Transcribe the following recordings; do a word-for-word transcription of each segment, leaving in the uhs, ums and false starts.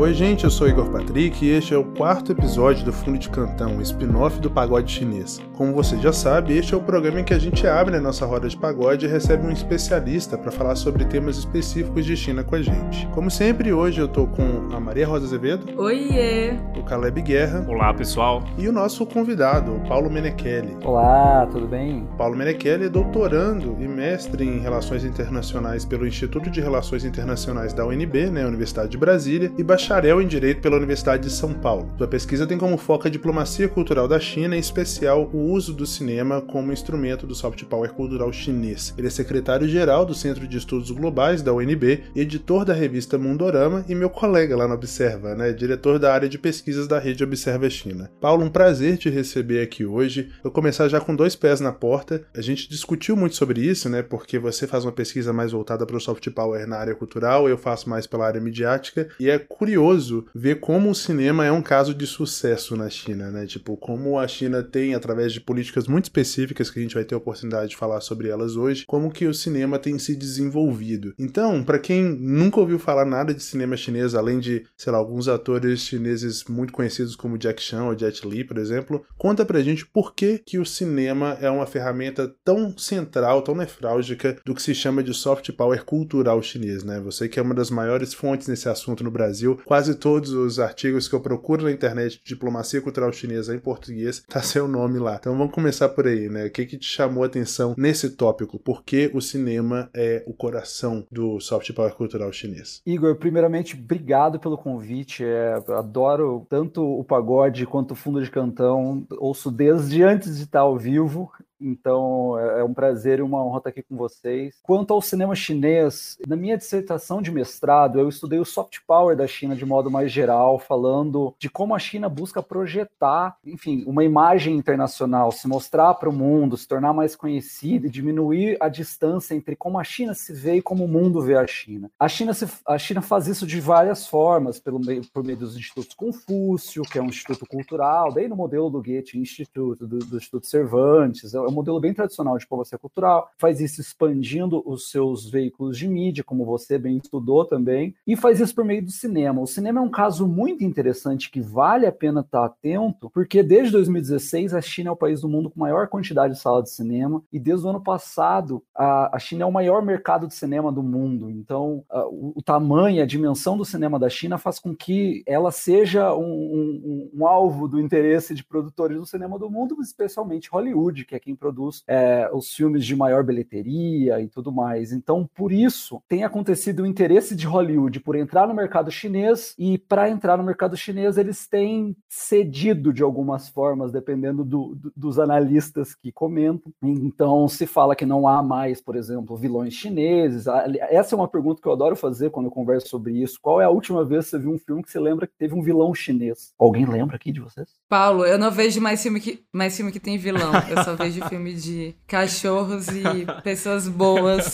Oi gente, eu sou Igor Patrick e este é o quarto episódio do Fundo de Cantão, um spin-off do Pagode Chinês. Como você já sabe, este é o programa em que a gente abre a nossa roda de pagode e recebe um especialista para falar sobre temas específicos de China com a gente. Como sempre, hoje eu tô com a Maria Rosa Azevedo. Oiê! O Caleb Guerra. Olá, pessoal. E o nosso convidado, o Paulo Menechelli. Olá, tudo bem? O Paulo Menechelli é doutorando e mestre em Relações Internacionais pelo Instituto de Relações Internacionais da U N B, né, Universidade de Brasília, e bacharel em Direito pela Universidade de São Paulo. Sua pesquisa tem como foco a diplomacia cultural da China, em especial o uso do cinema como instrumento do soft power cultural chinês. Ele é secretário-geral do Centro de Estudos Globais da U N B, editor da revista Mundorama e meu colega lá no Observa, né, diretor da área de pesquisas da rede Observa China. Paulo, um prazer te receber aqui hoje. Vou começar já com dois pés na porta. A gente discutiu muito sobre isso, né, porque você faz uma pesquisa mais voltada para o soft power na área cultural, eu faço mais pela área midiática, e é curioso ver como o cinema é um caso de sucesso na China, né? Tipo, como a China tem, através de políticas muito específicas, que a gente vai ter a oportunidade de falar sobre elas hoje, como que o cinema tem se desenvolvido. Então, para quem nunca ouviu falar nada de cinema chinês, além de, sei lá, alguns atores chineses muito conhecidos como Jack Chan ou Jet Li, por exemplo, conta pra gente por que que o cinema é uma ferramenta tão central, tão nefrálgica do que se chama de soft power cultural chinês, né? Você que é uma das maiores fontes nesse assunto no Brasil, quase todos os artigos que eu procuro na internet de diplomacia cultural chinesa em português, tá seu nome lá. Então vamos começar por aí, né? O que que te chamou a atenção nesse tópico? Por que o cinema é o coração do soft power cultural chinês? Igor, primeiramente, obrigado pelo convite. É, eu adoro tanto o pagode quanto o Fundo de Cantão. Ouço desde antes de estar ao vivo. Então é um prazer e uma honra estar aqui com vocês. Quanto ao cinema chinês, na minha dissertação de mestrado, eu estudei o soft power da China de modo mais geral, falando de como a China busca projetar, enfim, uma imagem internacional, se mostrar para o mundo, se tornar mais conhecida e diminuir a distância entre como a China se vê e como o mundo vê a China. A China, se, a China faz isso de várias formas, pelo meio, por meio dos institutos Confúcio, que é um instituto cultural, bem no modelo do Goethe Instituto, do, do Instituto Cervantes, é um modelo bem tradicional de diplomacia cultural, faz isso expandindo os seus veículos de mídia, como você bem estudou também, e faz isso por meio do cinema. O cinema é um caso muito interessante que vale a pena estar atento, porque desde dois mil e dezesseis a China é o país do mundo com maior quantidade de salas de cinema, e desde o ano passado a, a China é o maior mercado de cinema do mundo. Então a, o, o tamanho, a dimensão do cinema da China faz com que ela seja um, um, um alvo do interesse de produtores do cinema do mundo, especialmente Hollywood, que é quem produz é, os filmes de maior bilheteria e tudo mais. Então, por isso, tem acontecido o interesse de Hollywood por entrar no mercado chinês, e para entrar no mercado chinês eles têm cedido de algumas formas, dependendo do, do, dos analistas que comentam. Então, se fala que não há mais, por exemplo, vilões chineses. Essa é uma pergunta que eu adoro fazer quando eu converso sobre isso. Qual é a última vez que você viu um filme que você lembra que teve um vilão chinês? Alguém lembra aqui de vocês? Paulo, eu não vejo mais filme que, mais filme que tem vilão. Eu só vejo filme de cachorros e pessoas boas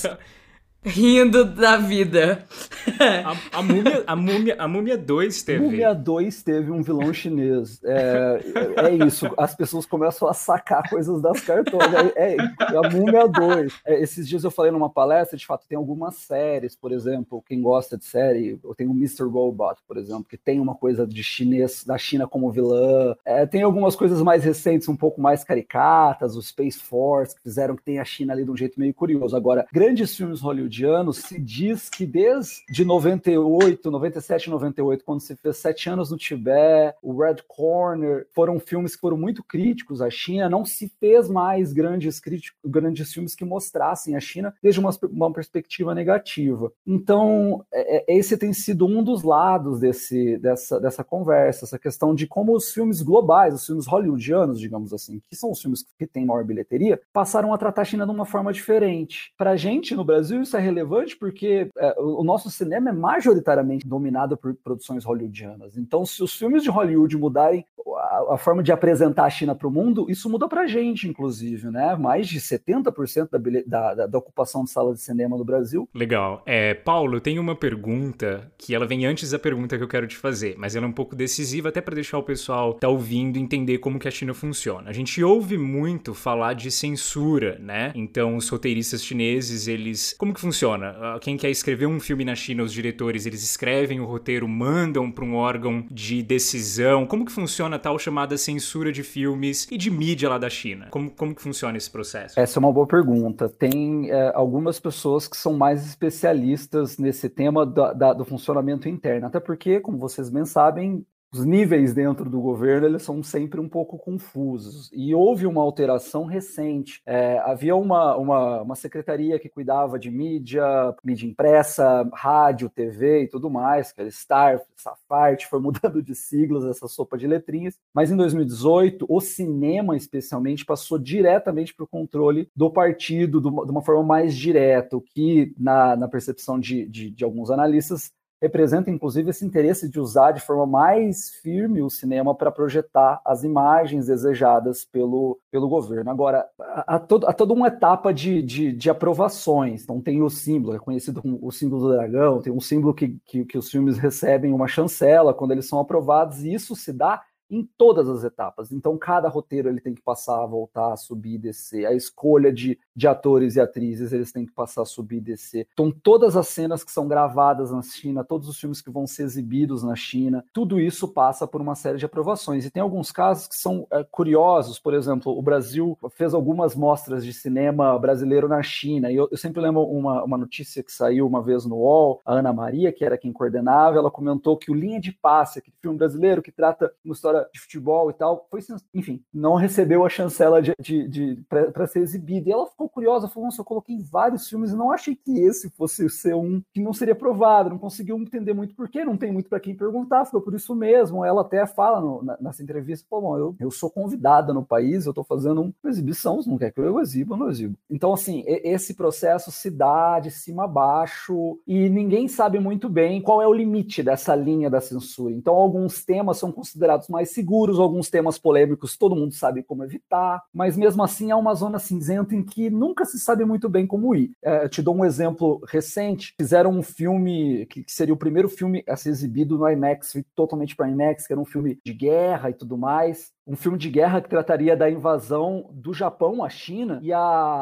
rindo da vida. A, a, múmia, a, múmia, a Múmia dois teve. Múmia dois teve um vilão chinês. É, é isso, as pessoas começam a sacar coisas das cartolas. É, é a Múmia dois. É, esses dias eu falei numa palestra, de fato, tem algumas séries, por exemplo, quem gosta de série, eu tenho o mister Robot, por exemplo, que tem uma coisa de chinês, da China como vilã. É, tem algumas coisas mais recentes, um pouco mais caricatas, o Space Force, que fizeram que tem a China ali de um jeito meio curioso. Agora, grandes filmes hollywoodianos, se diz que desde noventa e oito, noventa e sete, noventa e oito, quando se fez Sete Anos no Tibete, o Red Corner, foram filmes que foram muito críticos à China. Não se fez mais grandes, críticos, grandes filmes que mostrassem a China desde uma, uma perspectiva negativa. Então, esse tem sido um dos lados desse, dessa, dessa conversa, essa questão de como os filmes globais, os filmes hollywoodianos, digamos assim, que são os filmes que têm maior bilheteria, passaram a tratar a China de uma forma diferente. Para a gente, no Brasil, isso é relevante porque é, o nosso cinema é majoritariamente dominado por produções hollywoodianas. Então, se os filmes de Hollywood mudarem a, a forma de apresentar a China para o mundo, isso muda para a gente, inclusive, né? Mais de setenta por cento da, da, da, da ocupação de sala de cinema no Brasil. Legal. É, Paulo, tem uma pergunta que ela vem antes da pergunta que eu quero te fazer, mas ela é um pouco decisiva até para deixar o pessoal que tá ouvindo entender como que a China funciona. A gente ouve muito falar de censura, né? Então, os roteiristas chineses, eles... Como que funciona? Quem quer escrever um filme na China, os diretores, eles escrevem o roteiro, mandam para um órgão de decisão. Como que funciona a tal chamada censura de filmes e de mídia lá da China? Como, como que funciona esse processo? Essa é uma boa pergunta. Tem é, algumas pessoas que são mais especialistas nesse tema da, da, do funcionamento interno, até porque, como vocês bem sabem, os níveis dentro do governo, eles são sempre um pouco confusos. E houve uma alteração recente. É, havia uma, uma, uma secretaria que cuidava de mídia, mídia impressa, rádio, T V e tudo mais, que era Star, Safart, foi mudando de siglas essa sopa de letrinhas. Mas em dois mil e dezoito, o cinema, especialmente, passou diretamente para o controle do partido, do, de uma forma mais direta, o que, na, na percepção de, de, de alguns analistas, representa, inclusive, esse interesse de usar de forma mais firme o cinema para projetar as imagens desejadas pelo, pelo governo. Agora, há, todo, há toda uma etapa de, de, de aprovações. Então, tem o símbolo, é conhecido como o símbolo do dragão, tem um símbolo que, que, que os filmes recebem uma chancela quando eles são aprovados, e isso se dá em todas as etapas. Então, cada roteiro ele tem que passar, voltar, subir e descer. A escolha de, de atores e atrizes, eles têm que passar, subir e descer. Então, todas as cenas que são gravadas na China, todos os filmes que vão ser exibidos na China, tudo isso passa por uma série de aprovações. E tem alguns casos que são é, curiosos. Por exemplo, o Brasil fez algumas mostras de cinema brasileiro na China. E eu, eu sempre lembro uma, uma notícia que saiu uma vez no U O L, a Ana Maria, que era quem coordenava, ela comentou que o Linha de Passe, aquele filme brasileiro que trata uma história de futebol e tal, foi, enfim, não recebeu a chancela de, de, de, para ser exibido. E ela ficou curiosa, falou, nossa, eu coloquei vários filmes e não achei que esse fosse ser um que não seria aprovado, não conseguiu entender muito por quê, não tem muito para quem perguntar, ficou por isso mesmo. Ela até fala no, na, nessa entrevista, pô, bom, eu, eu sou convidada no país, eu tô fazendo uma exibição, se não quer que eu exiba, eu não exibo. Então, assim, esse processo se dá de cima a baixo e ninguém sabe muito bem qual é o limite dessa linha da censura. Então, alguns temas são considerados mais seguros, alguns temas polêmicos todo mundo sabe como evitar, mas mesmo assim há uma zona cinzenta em que nunca se sabe muito bem como ir. É, eu te dou um exemplo recente, fizeram um filme que seria o primeiro filme a ser exibido no IMAX, totalmente para IMAX, que era um filme de guerra e tudo mais, um filme de guerra que trataria da invasão do Japão à China, e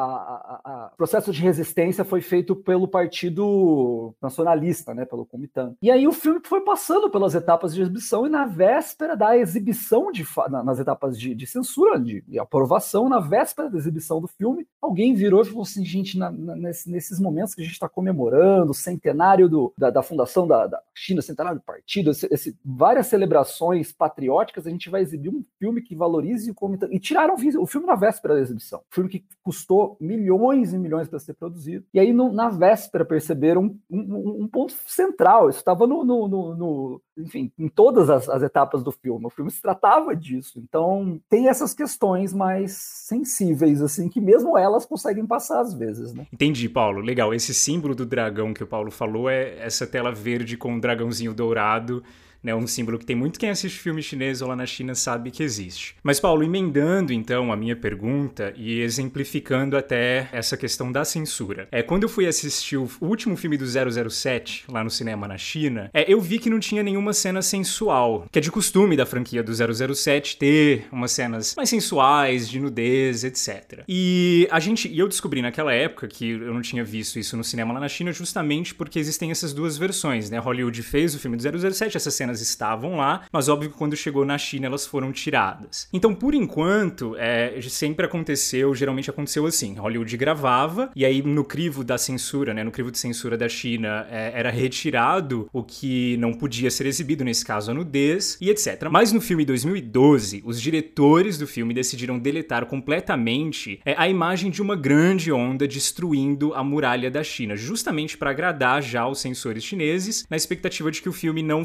o processo de resistência foi feito pelo Partido Nacionalista, né, pelo Kuomintang. E aí o filme foi passando pelas etapas de exibição, e na véspera da exibição, de, nas etapas de, de censura, de, de aprovação, na véspera da exibição do filme, alguém virou e falou assim, gente, na, na, nesses momentos que a gente está comemorando o centenário do, da, da fundação da, da China, centenário do partido, esse, esse, várias celebrações patrióticas, a gente vai exibir um filme que valorize o Kuomintang. E tiraram o filme na véspera da exibição. Um filme que custou milhões e milhões para ser produzido. E aí, no, na véspera, perceberam um, um, um ponto central. Isso estava no, no, no, no, enfim, em todas as, as etapas do filme. O filme se tratava disso. Então, tem essas questões mais sensíveis, assim, que mesmo elas conseguem passar às vezes, né? Entendi, Paulo. Legal. Esse símbolo do dragão que o Paulo falou é essa tela verde com um dragãozinho dourado, né, um símbolo que tem muito quem assiste filme chinês ou lá na China sabe que existe. Mas, Paulo, emendando então a minha pergunta e exemplificando até essa questão da censura. É, quando eu fui assistir o último filme do zero zero sete lá no cinema na China, é, eu vi que não tinha nenhuma cena sensual, que é de costume da franquia do zero zero sete ter umas cenas mais sensuais, de nudez, etcétera. E a gente, e eu descobri naquela época que eu não tinha visto isso no cinema lá na China justamente porque existem essas duas versões, né? Hollywood fez o filme do zero zero sete, essas cenas estavam lá, mas óbvio que quando chegou na China elas foram tiradas. Então, por enquanto, é, sempre aconteceu, geralmente aconteceu assim, Hollywood gravava, e aí no crivo da censura, né, no crivo de censura da China, é, era retirado o que não podia ser exibido, nesse caso a nudez, e etcétera. Mas no filme dois mil e doze, os diretores do filme decidiram deletar completamente é, a imagem de uma grande onda destruindo a muralha da China, justamente para agradar já os censores chineses, na expectativa de que o filme não fosse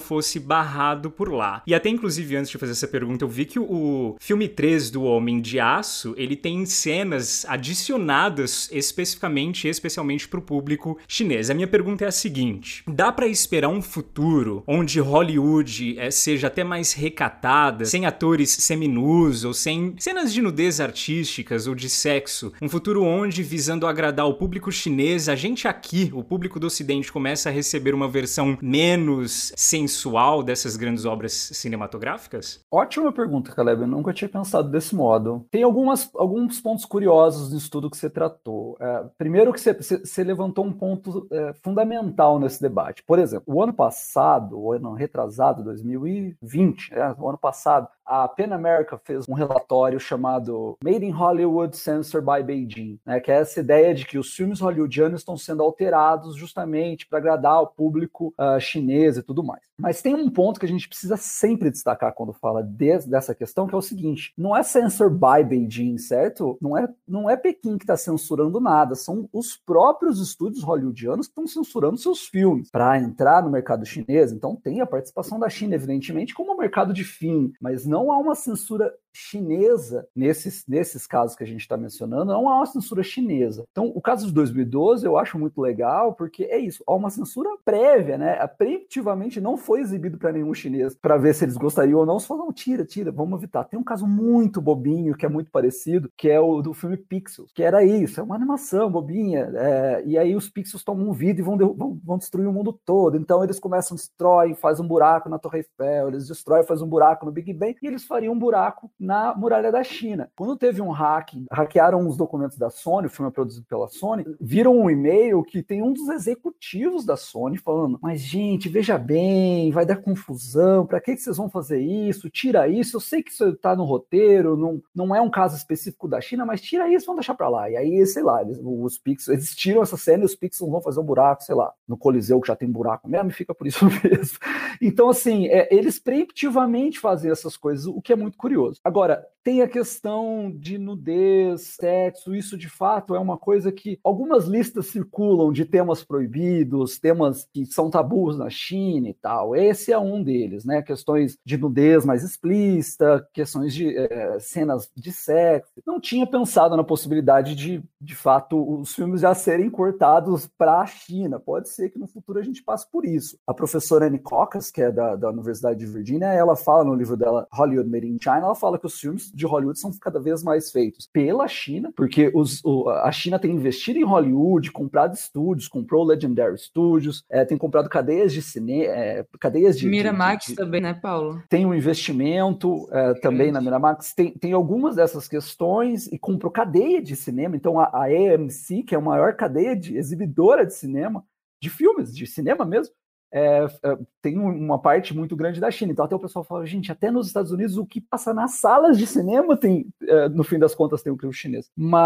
barrado por lá. E até, inclusive, antes de fazer essa pergunta, eu vi que o filme três do Homem de Aço, ele tem cenas adicionadas especificamente, especialmente pro público chinês. A minha pergunta é a seguinte: dá pra esperar um futuro onde Hollywood é, seja até mais recatada, sem atores seminus ou sem cenas de nudez artísticas ou de sexo? Um futuro onde, visando agradar o público chinês, a gente aqui, o público do Ocidente, começa a receber uma versão menos sensual dessas grandes obras cinematográficas? Ótima pergunta, Caleb. Eu nunca tinha pensado desse modo. Tem algumas, alguns pontos curiosos nisso tudo que você tratou. É, primeiro que você, você levantou um ponto é, fundamental nesse debate. Por exemplo, o ano passado, o ano retrasado, dois mil e vinte, é, o ano passado, a PEN America fez um relatório chamado Made in Hollywood Censored by Beijing, né, que é essa ideia de que os filmes hollywoodianos estão sendo alterados justamente para agradar o público uh, chinês e tudo mais. Mas tem um ponto que a gente precisa sempre destacar quando fala de, dessa questão, que é o seguinte: não é censored by Beijing, certo? Não é, não é Pequim que está censurando nada, são os próprios estúdios hollywoodianos que estão censurando seus filmes para entrar no mercado chinês. Então tem a participação da China, evidentemente, como um mercado de fim, mas não há uma censura chinesa nesses, nesses casos que a gente está mencionando, não há uma censura chinesa. Então, o caso de dois mil e doze eu acho muito legal, porque é isso, há uma censura prévia, né? Preemptivamente não foi exibido para nenhum chinês para ver se eles gostariam ou não. Só não, tira, tira, vamos evitar. Tem um caso muito bobinho, que é muito parecido, que é o do filme Pixels, que era isso, é uma animação bobinha, é, e aí os pixels tomam um vidro e vão, vão, vão destruir o mundo todo. Então eles começam, destroem, fazem um buraco na Torre Eiffel, eles destroem, fazem um buraco no Big Bang, e eles fariam um buraco na muralha da China. Quando teve um hack, hackearam os documentos da Sony, o filme é produzido pela Sony, viram um e-mail que tem um dos executivos da Sony falando: mas gente, veja bem, vai dar confusão, pra que, que vocês vão fazer isso? Tira isso, eu sei que isso tá no roteiro, não, não é um caso específico da China, mas tira isso, vamos deixar pra lá. E aí, sei lá, eles, os pixels, eles tiram essa cena e os pixels vão fazer um buraco, sei lá, no Coliseu, que já tem buraco mesmo, e fica por isso mesmo. Então, assim, é, eles preemptivamente fazem essas coisas, o que é muito curioso. Agora, tem a questão de nudez, sexo, isso de fato é uma coisa que algumas listas circulam de temas proibidos, temas que são tabus na China e tal. Esse é um deles, né? Questões de nudez mais explícita, questões de é, cenas de sexo. Não tinha pensado na possibilidade de, de fato, os filmes já serem cortados para a China. Pode ser que no futuro a gente passe por isso. A professora Annie Cocas, que é da, da Universidade de Virgínia, ela fala no livro dela, Hollywood Made in China, ela fala que os filmes de Hollywood são cada vez mais feitos pela China, porque os, o, a China tem investido em Hollywood, comprado estúdios, comprou Legendary Studios, é, tem comprado cadeias de cinema, é, cadeias de... Miramax de, de, também, né, Paulo? Tem um investimento é, também na Miramax, tem, tem algumas dessas questões, e comprou cadeia de cinema. Então a, a A M C, que é a maior cadeia de exibidora de cinema, de filmes, de cinema mesmo, É, é, tem uma parte muito grande da China. Então até o pessoal fala, gente, até nos Estados Unidos o que passa nas salas de cinema tem, é, no fim das contas, tem o crivo chinês.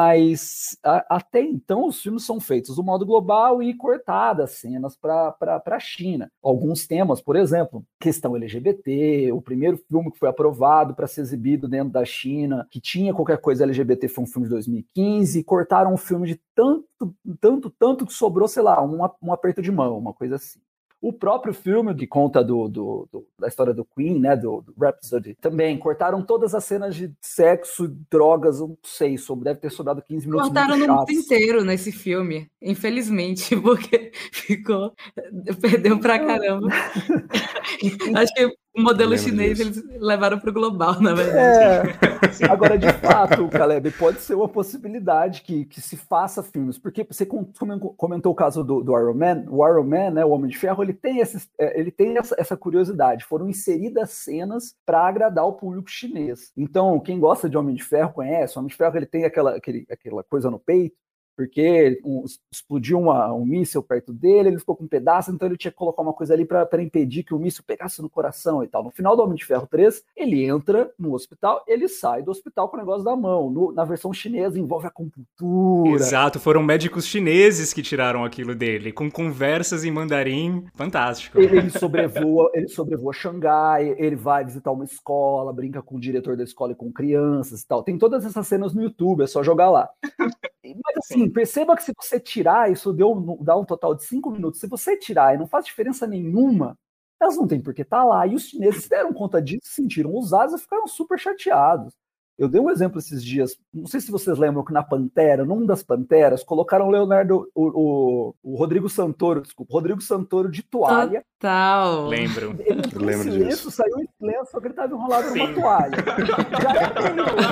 Mas a, até então os filmes são feitos do modo global e cortadas cenas para a China. Alguns temas, por exemplo, questão L G B T, o primeiro filme que foi aprovado para ser exibido dentro da China, que tinha qualquer coisa L G B T, foi um filme de dois mil e quinze, e cortaram um filme de tanto, tanto, tanto que sobrou, sei lá, um, um aperto de mão, uma coisa assim. O próprio filme que conta do, do, do, da história do Queen, né, do, do Rhapsody, também cortaram todas as cenas de sexo, drogas, eu não sei, sobre, deve ter sobrado quinze minutos. Cortaram no mundo inteiro nesse filme, infelizmente, porque ficou, perdeu pra caramba. Acho que o modelo chinês disso. Eles levaram pro global, na verdade. É. Agora, de fato, Caleb, pode ser uma possibilidade que, que se faça filmes, porque você comentou o caso do, do Iron Man, o Iron Man, né, o Homem de Ferro, ele tem, esses, ele tem essa, essa curiosidade, foram inseridas cenas para agradar o público chinês. Então, quem gosta de Homem de Ferro conhece, o Homem de Ferro ele tem aquela, aquele, aquela coisa no peito, porque um, explodiu uma, um míssil perto dele, ele ficou com um pedaço, então ele tinha que colocar uma coisa ali para impedir que o míssil pegasse no coração e tal. No final do Homem de Ferro três, ele entra no hospital, ele sai do hospital com o negócio da mão. No, na versão chinesa envolve a acupuntura. Exato, foram médicos chineses que tiraram aquilo dele, com conversas em mandarim, fantástico. Ele, ele, sobrevoa, ele sobrevoa Xangai, ele vai visitar uma escola, brinca com o diretor da escola e com crianças e tal. Tem todas essas cenas no YouTube, é só jogar lá. Mas assim, perceba que se você tirar, isso deu, dá um total de cinco minutos, se você tirar e não faz diferença nenhuma, elas não têm por que estar lá. E os chineses deram conta disso, se sentiram usados e ficaram super chateados. Eu dei um exemplo esses dias, não sei se vocês lembram que na Pantera, num das Panteras, colocaram o Leonardo, o, o, o Rodrigo Santoro, desculpa, Rodrigo Santoro de toalha. Total. Lembro. Ele entrou em Lembro silêncio, disso. saiu em silêncio, só que ele estava enrolado numa toalha. Já é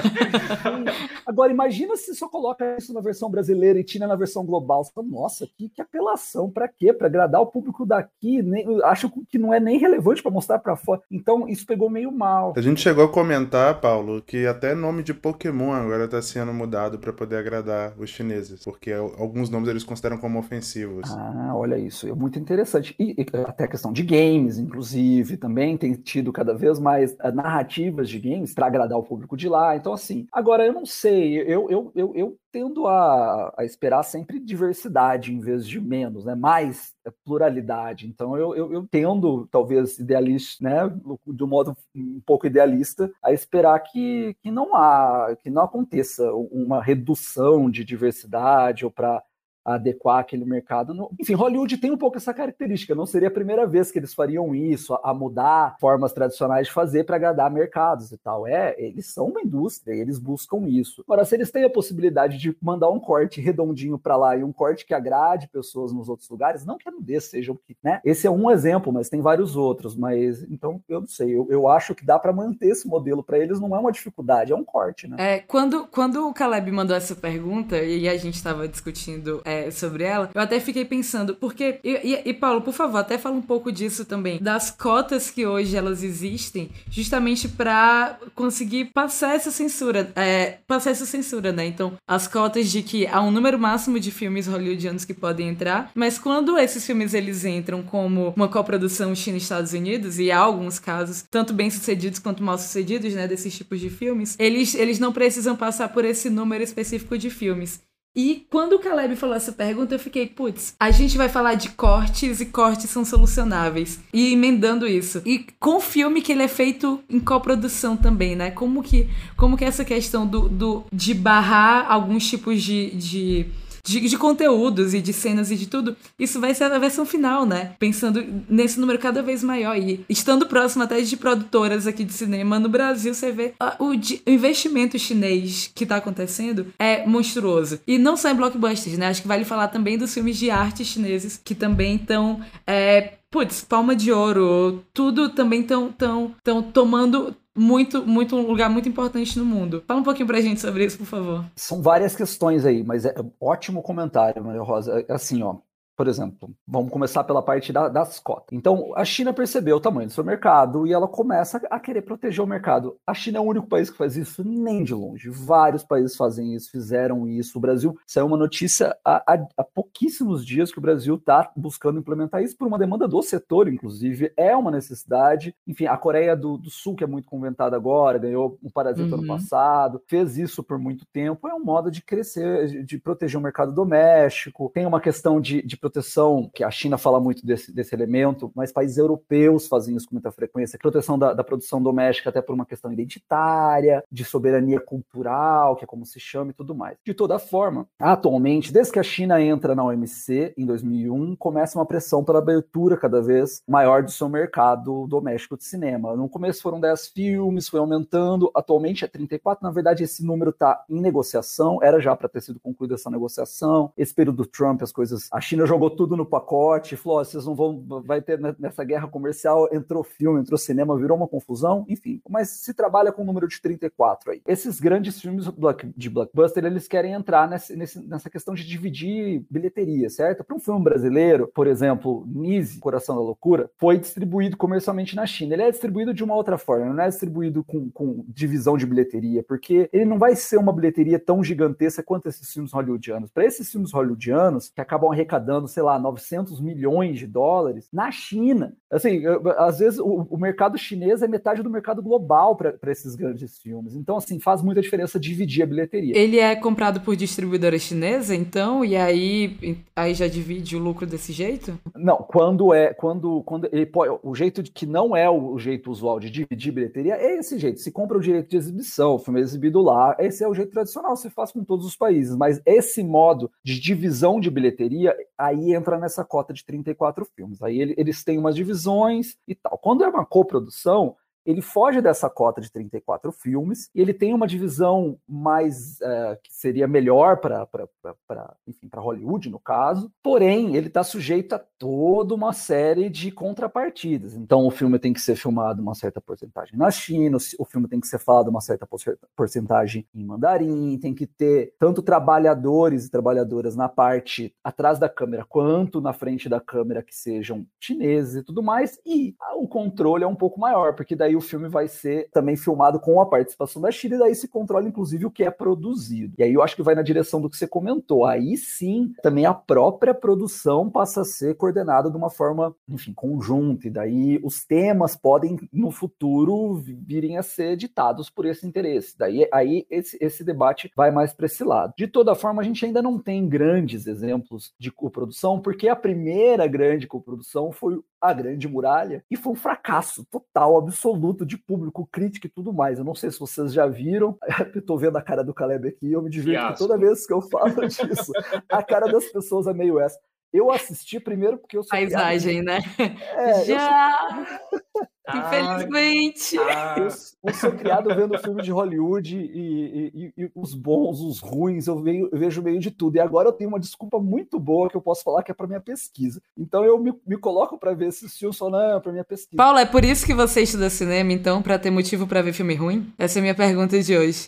meio... Agora, imagina se só coloca isso na versão brasileira e tira na versão global. Você fala, nossa, que, que apelação, pra quê? Pra agradar o público daqui? Nem, acho que não é nem relevante pra mostrar pra fora. Então, isso pegou meio mal. A gente chegou a comentar, Paulo, que até nome de Pokémon agora tá sendo mudado pra poder agradar os chineses, porque alguns nomes eles consideram como ofensivos. Ah, olha isso, é muito interessante. E, e até a questão de games, inclusive, também tem tido cada vez mais uh, narrativas de games para agradar o público de lá. Então, assim, agora eu não sei, eu, eu, eu, eu tendo a, a esperar sempre diversidade em vez de menos, né? Mais pluralidade. Então, eu, eu, eu tendo, talvez, idealista, né? De um modo um pouco idealista, a esperar que, que não há, que não aconteça uma redução de diversidade ou para adequar aquele mercado. No... Enfim, Hollywood tem um pouco essa característica. Não seria a primeira vez que eles fariam isso, a mudar formas tradicionais de fazer para agradar mercados e tal. É, eles são uma indústria, eles buscam isso. Agora, se eles têm a possibilidade de mandar um corte redondinho para lá e um corte que agrade pessoas nos outros lugares, não que a nudez seja o que, né? Esse é um exemplo, mas tem vários outros. Mas, então, eu não sei. Eu, eu acho que dá para manter esse modelo para eles, não é uma dificuldade, é um corte, né? É, quando, quando o Caleb mandou essa pergunta e a gente estava discutindo é, sobre ela, eu até fiquei pensando, porque, e, e, e Paulo, por favor, até fala um pouco disso também, das cotas que hoje elas existem, justamente para conseguir passar essa censura, é, passar essa censura, né? Então, as cotas de que há um número máximo de filmes hollywoodianos que podem entrar, mas quando esses filmes eles entram como uma coprodução China e Estados Unidos, e há alguns casos, tanto bem-sucedidos quanto mal-sucedidos, né, desses tipos de filmes, eles, eles não precisam passar por esse número específico de filmes. E quando o Caleb falou essa pergunta, eu fiquei, putz, a gente vai falar de cortes e cortes são solucionáveis. E emendando isso. E com o filme que ele é feito em coprodução também, né? Como que, como que essa questão do, do, de barrar alguns tipos de... de De, de conteúdos e de cenas e de tudo, isso vai ser a versão final, né? Pensando nesse número cada vez maior. E estando próximo até de produtoras aqui de cinema no Brasil, você vê uh, o, de, o investimento chinês que tá acontecendo é monstruoso. E não só em blockbusters, né? Acho que vale falar também dos filmes de arte chineses, que também estão... É, putz, palma de ouro, tudo também estão tão, tão tomando... Muito, muito, um lugar muito importante no mundo. Fala um pouquinho pra gente sobre isso, por favor. São várias questões aí, mas é ótimo comentário, Maria Rosa. É assim, ó. Por exemplo, vamos começar pela parte da, das cotas. Então, a China percebeu o tamanho do seu mercado e ela começa a querer proteger o mercado. A China é o único país que faz isso, nem de longe. Vários países fazem isso, fizeram isso. O Brasil, saiu uma notícia há, há, há pouquíssimos dias que o Brasil está buscando implementar isso por uma demanda do setor, inclusive. É uma necessidade. Enfim, a Coreia do, do Sul, que é muito comentada agora, ganhou um parasita uhum. ano passado, fez isso por muito tempo. É um modo de crescer, de, de proteger o mercado doméstico. Tem uma questão de, de proteção, que a China fala muito desse, desse elemento, mas países europeus fazem isso com muita frequência, proteção da, da produção doméstica até por uma questão identitária, de soberania cultural, que é como se chama e tudo mais. De toda forma, atualmente, desde que a China entra na O M C, em dois mil e um, começa uma pressão pela abertura cada vez maior do seu mercado doméstico de cinema. No começo foram dez filmes, foi aumentando, atualmente é trinta e quatro, na verdade esse número está em negociação, era já para ter sido concluída essa negociação, esse período do Trump, as coisas, a China jogou tudo no pacote, falou, oh, vocês não vão, vai ter nessa guerra comercial, entrou filme, entrou cinema, virou uma confusão, enfim, mas se trabalha com o número de trinta e quatro aí. Esses grandes filmes de blockbuster, eles querem entrar nesse, nesse, nessa questão de dividir bilheteria, certo? Para um filme brasileiro, por exemplo, Nise, Coração da Loucura, foi distribuído comercialmente na China. Ele é distribuído de uma outra forma, não é distribuído com, com divisão de bilheteria, porque ele não vai ser uma bilheteria tão gigantesca quanto esses filmes hollywoodianos. Para esses filmes hollywoodianos, que acabam arrecadando, sei lá, novecentos milhões de dólares, na China, assim, às vezes o, o mercado chinês é metade do mercado global para esses grandes filmes. Então, assim, faz muita diferença dividir a bilheteria. Ele é comprado por distribuidora chinesa, então, e aí, aí já divide o lucro desse jeito? Não, quando é, quando, quando ele pode, o jeito de que não é o, o jeito usual de dividir bilheteria é esse jeito. Se compra o direito de exibição, o filme é exibido lá, esse é o jeito tradicional, você faz com todos os países, mas esse modo de divisão de bilheteria, aí aí entra nessa cota de trinta e quatro filmes. Aí eles têm umas divisões e tal. Quando é uma coprodução, ele foge dessa cota de trinta e quatro filmes e ele tem uma divisão mais, uh, que seria melhor para Hollywood, no caso, porém, ele está sujeito a toda uma série de contrapartidas. Então, o filme tem que ser filmado uma certa porcentagem na China, o filme tem que ser falado uma certa porcentagem em mandarim, tem que ter tanto trabalhadores e trabalhadoras na parte atrás da câmera, quanto na frente da câmera que sejam chineses e tudo mais, e o controle é um pouco maior, porque daí o filme vai ser também filmado com a participação da China, e daí se controla, inclusive, o que é produzido. E aí eu acho que vai na direção do que você comentou. Aí sim, também a própria produção passa a ser coordenada de uma forma, enfim, conjunta, e daí os temas podem, no futuro, virem a ser ditados por esse interesse. Daí aí esse, esse debate vai mais para esse lado. De toda forma, a gente ainda não tem grandes exemplos de coprodução, porque a primeira grande coprodução foi A Grande Muralha, e foi um fracasso total, absoluto, de público, crítica e tudo mais. Eu não sei se vocês já viram, eu tô vendo a cara do Caleb aqui, eu me divirto toda vez que eu falo disso. A cara das pessoas é meio essa. Eu assisti primeiro porque eu sou... Paisagem, criado... né? É, já... Sou... Infelizmente. Ah, eu, eu sou criado vendo filme de Hollywood e, e, e, e os bons, os ruins, eu, vejo, eu vejo meio de tudo. E agora eu tenho uma desculpa muito boa que eu posso falar, que é para minha pesquisa. Então eu me, me coloco para ver esses filmes, só não, para minha pesquisa. Paulo, é por isso que você estuda cinema, então, para ter motivo para ver filme ruim? Essa é a minha pergunta de hoje.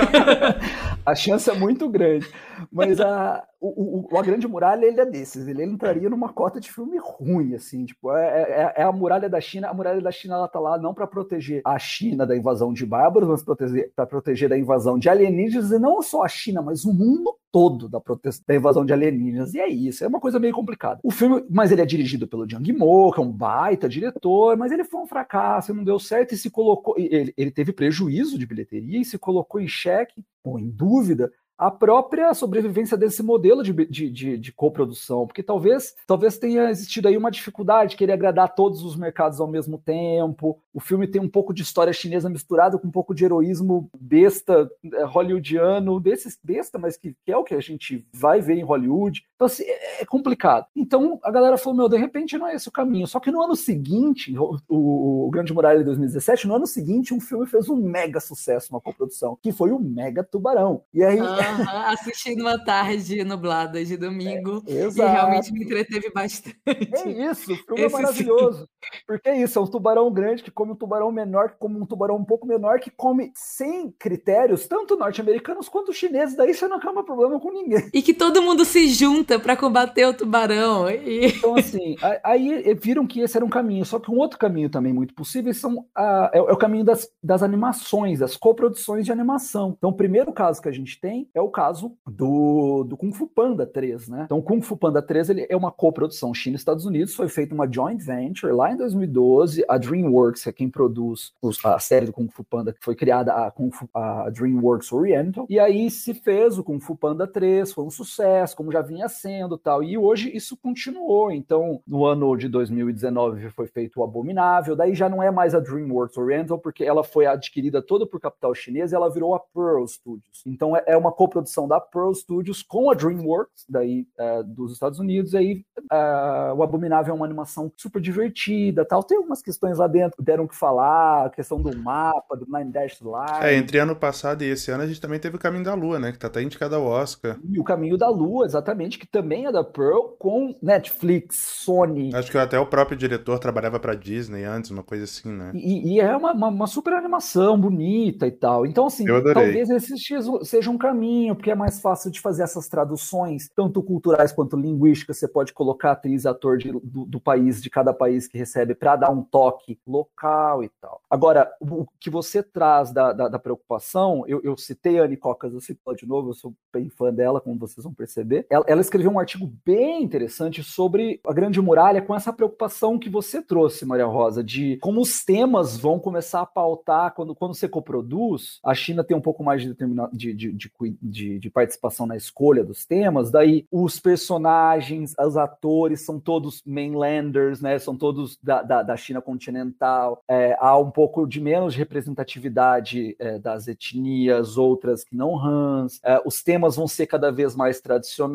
A chance é muito grande. Mas a, o, o, a Grande Muralha, ele é desses. Ele entraria numa cota de filme ruim, assim. Tipo, é, é, é a muralha da China. A muralha da China, ela tá lá não para proteger a China da invasão de bárbaros, mas para proteger, proteger da invasão de alienígenas, e não só a China, mas o mundo todo da, da invasão de alienígenas. E é isso, é uma coisa meio complicada. O filme, mas ele é dirigido pelo Zhang Yimou, que é um baita diretor, mas ele foi um fracasso, não deu certo, e se colocou, ele, ele teve prejuízo de bilheteria e se colocou em xeque, ou em dúvida, a própria sobrevivência desse modelo de, de, de, de coprodução, porque talvez, talvez tenha existido aí uma dificuldade de querer agradar todos os mercados ao mesmo tempo. O filme tem um pouco de história chinesa misturado com um pouco de heroísmo besta, é, hollywoodiano, desses besta, mas que, que é o que a gente vai ver em Hollywood. Então, assim, é, é complicado. Então, a galera falou, meu, de repente não é esse o caminho. Só que no ano seguinte, o, o, o Grande Muralha de dois mil e dezessete, no ano seguinte, um filme fez um mega sucesso, uma coprodução, que foi o Mega Tubarão. E aí... Ah. Uhum, assisti numa tarde nublada de domingo, é, e realmente me entreteve bastante. É isso, o filme Esse é maravilhoso. Sim. Porque é isso, é um tubarão grande que come um tubarão menor, que come um tubarão um pouco menor, que come sem critérios, tanto norte-americanos quanto chineses, daí você não acaba problema com ninguém. E que todo mundo se junta para combater o tubarão. E... Então, assim, aí viram que esse era um caminho, só que um outro caminho também muito possível são a, é, é o caminho das, das animações, das coproduções de animação. Então, o primeiro caso que a gente tem é o caso do, do Kung Fu Panda três, né? Então, o Kung Fu Panda três ele é uma coprodução China e Estados Unidos, foi feita uma joint venture lá em dois mil e doze, a DreamWorks, que é quem produz os, a série do Kung Fu Panda, que foi criada a, Kung Fu, a DreamWorks Oriental, e aí se fez o Kung Fu Panda três, foi um sucesso, como já vinha sendo tal, e hoje isso continuou. Então, no ano de dois mil e dezenove foi feito o Abominável, daí já não é mais a DreamWorks Oriental, porque ela foi adquirida toda por capital chinês e ela virou a Pearl Studios. Então, é, é uma coprodução da Pearl Studios com a DreamWorks, daí uh, dos Estados Unidos, e aí uh, o Abominável é uma animação super divertida, tal, tem algumas questões lá dentro, deram que falar, a questão do mapa, do Nine Dash Line. É, entre ano passado e esse ano a gente também teve o Caminho da Lua, né, que tá até indicado ao Oscar. E o Caminho da Lua, exatamente, que também é da Pearl, com Netflix, Sony. Acho que até o próprio diretor trabalhava pra Disney antes, uma coisa assim, né. E, e é uma, uma, uma super animação, bonita e tal. Então, assim, talvez esse seja um caminho, porque é mais fácil de fazer essas traduções, tanto culturais quanto linguísticas. Você pode colocar atriz e ator de, do, do país, de cada país que recebe, para dar um toque local e tal. Agora, o que você traz da, da, da preocupação, eu, eu citei a Annie Cocas, eu cito ela de novo, eu sou bem fã dela, como vocês vão perceber. Ela, ela escreveu um artigo bem interessante sobre a Grande Muralha, com essa preocupação que você trouxe, Maria Rosa, de como os temas vão começar a pautar quando, quando você coproduz. A China tem um pouco mais de, determina, de, de, de, de, de participação na escolha dos temas, daí os personagens, os atores são todos mainlanders, né? São todos da, da, da China continental, é, há um pouco de menos representatividade é, das etnias, outras que não Hans, é, os temas vão ser cada vez mais tradicionais,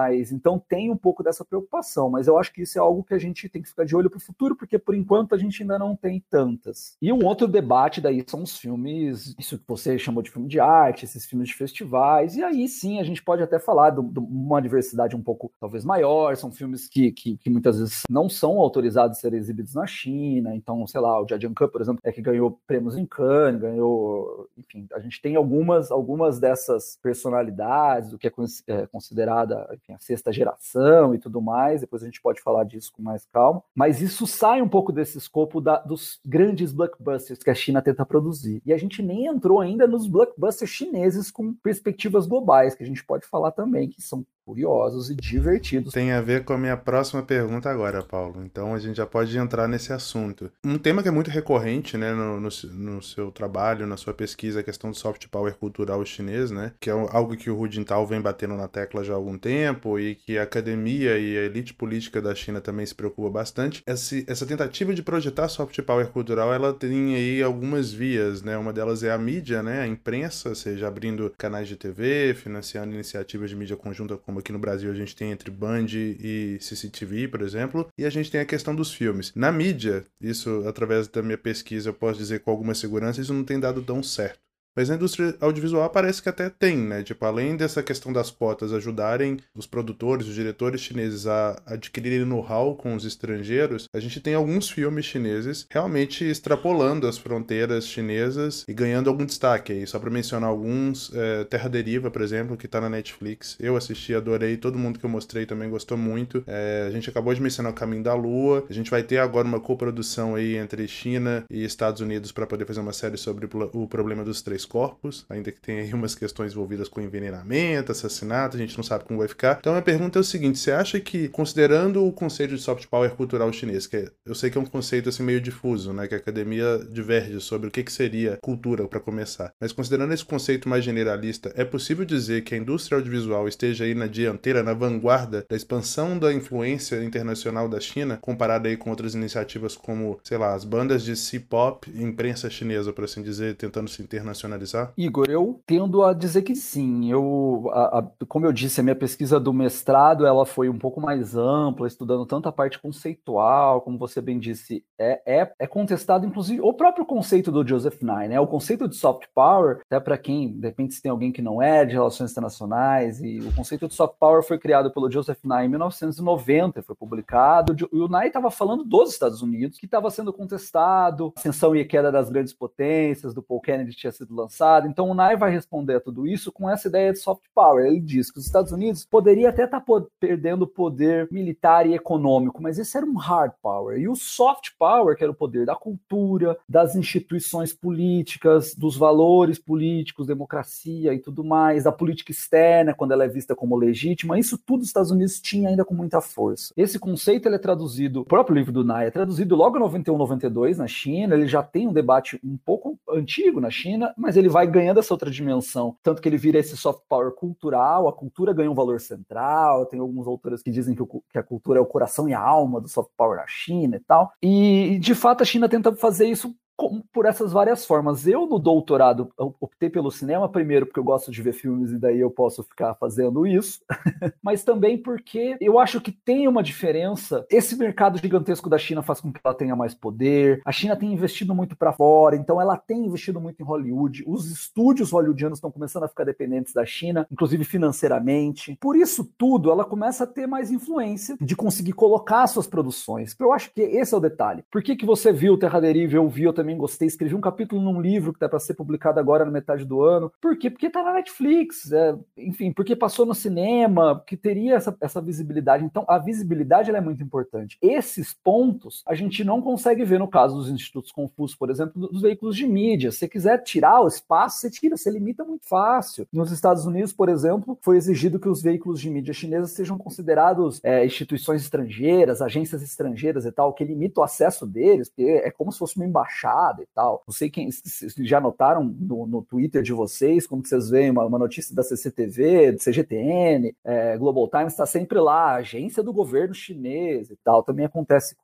internacionais, então tem um pouco dessa preocupação, mas eu acho que isso é algo que a gente tem que ficar de olho para o futuro, porque por enquanto a gente ainda não tem tantas. E um outro debate daí são os filmes, isso que você chamou de filme de arte, esses filmes de festivais, e aí sim a gente pode até falar de uma diversidade um pouco talvez maior, são filmes que, que, que muitas vezes não são autorizados a serem exibidos na China, então, sei lá, o Jia Jiang, por exemplo, é que ganhou prêmios em Cannes, ganhou, enfim, a gente tem algumas, algumas dessas personalidades, do que é considerada, enfim, a sexta geração e tudo mais, depois a gente pode falar disso com mais calma, mas isso sai um pouco desse escopo da, dos grandes blockbusters que a China tenta produzir, e a gente nem entrou ainda nos blockbusters chineses com perspectivas globais, que a gente pode falar também, que são curiosos e divertidos. Tem a ver com a minha próxima pergunta agora, Paulo. Então a gente já pode entrar nesse assunto. Um tema que é muito recorrente, né, no, no, no seu trabalho, na sua pesquisa, a questão do soft power cultural chinês, né, que é algo que o Hu Jintao vem batendo na tecla já há algum tempo e que a academia e a elite política da China também se preocupa bastante. Essa, essa tentativa de projetar soft power cultural, ela tem aí algumas vias, né, uma delas é a mídia, né, a imprensa, seja abrindo canais de T V, financiando iniciativas de mídia conjunta como aqui no Brasil a gente tem entre Band e C C T V, por exemplo, e a gente tem a questão dos filmes. Na mídia, isso através da minha pesquisa eu posso dizer com alguma segurança, isso não tem dado tão certo. Mas na indústria audiovisual parece que até tem, né? Tipo, além dessa questão das cotas ajudarem os produtores, os diretores chineses a adquirirem know-how com os estrangeiros, a gente tem alguns filmes chineses realmente extrapolando as fronteiras chinesas e ganhando algum destaque aí. Só para mencionar alguns, é, Terra Deriva, por exemplo, que tá na Netflix. Eu assisti, adorei, todo mundo que eu mostrei também gostou muito. É, a gente acabou de mencionar O Caminho da Lua. A gente vai ter agora uma coprodução aí entre China e Estados Unidos para poder fazer uma série sobre o problema dos três corpos, ainda que tenha aí umas questões envolvidas com envenenamento, assassinato, a gente não sabe como vai ficar. Então a pergunta é o seguinte, você acha que, considerando o conceito de soft power cultural chinês, que é, eu sei que é um conceito assim meio difuso, né, que a academia diverge sobre o que, que seria cultura para começar, mas considerando esse conceito mais generalista, é possível dizer que a indústria audiovisual esteja aí na dianteira, na vanguarda da expansão da influência internacional da China, comparada aí com outras iniciativas como, sei lá, as bandas de C-pop, imprensa chinesa, por assim dizer, tentando se internacionalizar? Igor, eu tendo a dizer que sim. Eu, a, a, como eu disse, a minha pesquisa do mestrado ela foi um pouco mais ampla, estudando tanto a parte conceitual, como você bem disse, é, é, é contestado, inclusive, o próprio conceito do Joseph Nye, né? O conceito de soft power, até para quem, de repente, se tem alguém que não é de relações internacionais, e o conceito de soft power foi criado pelo Joseph Nye em mil novecentos e noventa, foi publicado, e o Nye estava falando dos Estados Unidos, que estava sendo contestado, ascensão e queda das grandes potências, do Paul Kennedy tinha sido lançado. Então o Nye vai responder a tudo isso com essa ideia de soft power. Ele diz que os Estados Unidos poderia até estar tá perdendo poder militar e econômico, mas esse era um hard power. E o soft power, que era o poder da cultura, das instituições políticas, dos valores políticos, democracia e tudo mais, da política externa, quando ela é vista como legítima, isso tudo os Estados Unidos tinha ainda com muita força. Esse conceito ele é traduzido, o próprio livro do Nye é traduzido logo em noventa e um, noventa e dois na China, ele já tem um debate um pouco antigo na China, mas ele vai ganhando essa outra dimensão, tanto que ele vira esse soft power cultural, a cultura ganha um valor central, tem alguns autores que dizem que, o, que a cultura é o coração e a alma do soft power na China e tal, e de fato a China tenta fazer isso por essas várias formas. Eu, no doutorado, optei pelo cinema, primeiro porque eu gosto de ver filmes e daí eu posso ficar fazendo isso, mas também porque eu acho que tem uma diferença. Esse mercado gigantesco da China faz com que ela tenha mais poder, a China tem investido muito para fora, então ela tem investido muito em Hollywood, os estúdios hollywoodianos estão começando a ficar dependentes da China, inclusive financeiramente. Por isso tudo, ela começa a ter mais influência de conseguir colocar suas produções. Eu acho que esse é o detalhe. Por que que você viu Terra Deriva, eu vi, eu também gostei, escrevi um capítulo num livro que tá para ser publicado agora na metade do ano. Por quê? Porque tá na Netflix, é, enfim, porque passou no cinema, que teria essa, essa visibilidade. Então, a visibilidade ela é muito importante. Esses pontos a gente não consegue ver no caso dos institutos Confúcio, por exemplo, dos veículos de mídia. Se você quiser tirar o espaço, você tira, você limita muito fácil. Nos Estados Unidos, por exemplo, foi exigido que os veículos de mídia chinesas sejam considerados é, instituições estrangeiras, agências estrangeiras e tal, que limita o acesso deles, porque é como se fosse uma embaixada e tal. Não sei quem já notaram no, no Twitter de vocês, como que vocês veem uma, uma notícia da C C T V, do C G T N, é, Global Times, está sempre lá, agência do governo chinês e tal. Também acontece com